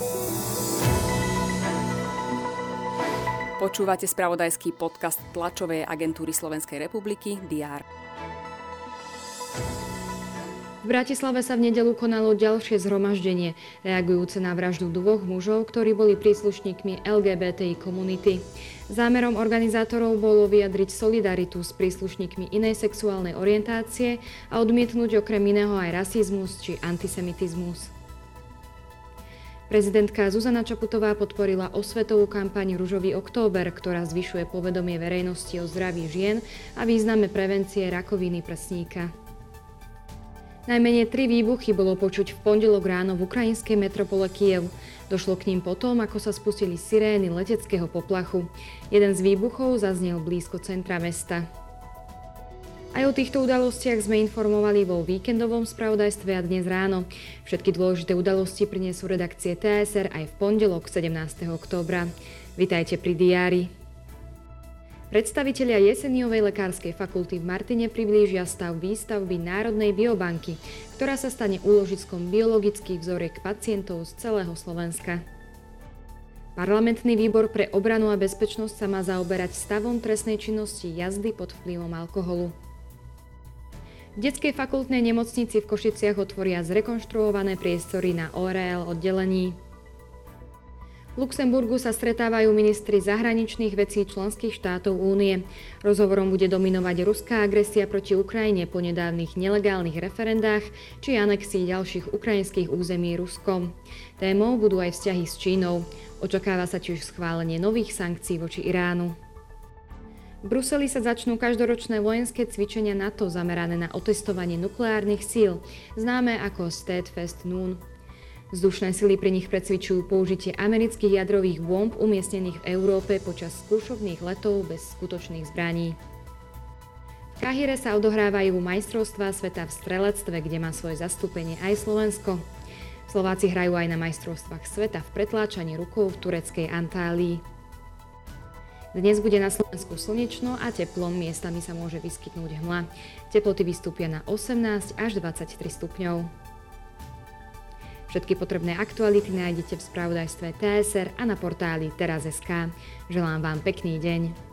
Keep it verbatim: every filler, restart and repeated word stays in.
Počúvate spravodajský podcast tlačovej agentúry Slovenskej republiky dé er. V Bratislave sa v nedeľu konalo ďalšie zhromaždenie, reagujúce na vraždu dvoch mužov, ktorí boli príslušníkmi el gé bé té í komunity. Zámerom organizátorov bolo vyjadriť solidaritu s príslušníkmi inej sexuálnej orientácie a odmietnúť okrem iného aj rasizmus či antisemitizmus. Prezidentka Zuzana Čaputová podporila osvetovú kampaň Ružový október, ktorá zvyšuje povedomie verejnosti o zdraví žien a význame prevencie rakoviny prsníka. Najmenej tri výbuchy bolo počuť v pondelok ráno v ukrajinskej metropole Kyjev. Došlo k ním potom, ako sa spustili sirény leteckého poplachu. Jeden z výbuchov zaznel blízko centra mesta. Aj o týchto udalostiach sme informovali vo víkendovom spravodajstve a dnes ráno. Všetky dôležité udalosti prinesú redakcie té es er aj v pondelok sedemnásteho októbra. Vitajte pri diári. Predstavitelia Jeseniovej lekárskej fakulty v Martine priblížia stav výstavby Národnej biobanky, ktorá sa stane úložiskom biologických vzoriek pacientov z celého Slovenska. Parlamentný výbor pre obranu a bezpečnosť sa má zaoberať stavom trestnej činnosti jazdy pod vplyvom alkoholu. V detskej fakultnej nemocnici v Košiciach otvoria zrekonštruované priestory na ó er el oddelení. V Luxemburgu sa stretávajú ministri zahraničných vecí členských štátov únie. Rozhovorom bude dominovať ruská agresia proti Ukrajine po nedávnych nelegálnych referendách či anexii ďalších ukrajinských území Ruskom. Témou budú aj vzťahy s Čínou. Očakáva sa tiež schválenie nových sankcií voči Iránu. V Bruseli sa začnú každoročné vojenské cvičenia NATO zamerané na otestovanie nukleárnych síl, známe ako Steadfast Noon. Vzdušné sily pri nich precvičujú použitie amerických jadrových bomb umiestnených v Európe počas skúšobných letov bez skutočných zbraní. V Káhire sa odohrávajú majstrovstvá sveta v strelectve, kde má svoje zastúpenie aj Slovensko. Slováci hrajú aj na majstrovstvách sveta v pretláčaní rukou v tureckej Antálii. Dnes bude na Slovensku slnečno a teplo, miestami sa môže vyskytnúť hmla. Teploty vystúpia na osemnásť až dvadsaťtri stupňov. Všetky potrebné aktuality nájdete v spravodajstve té es er a na portáli teraz bodka es ká. Želám vám pekný deň.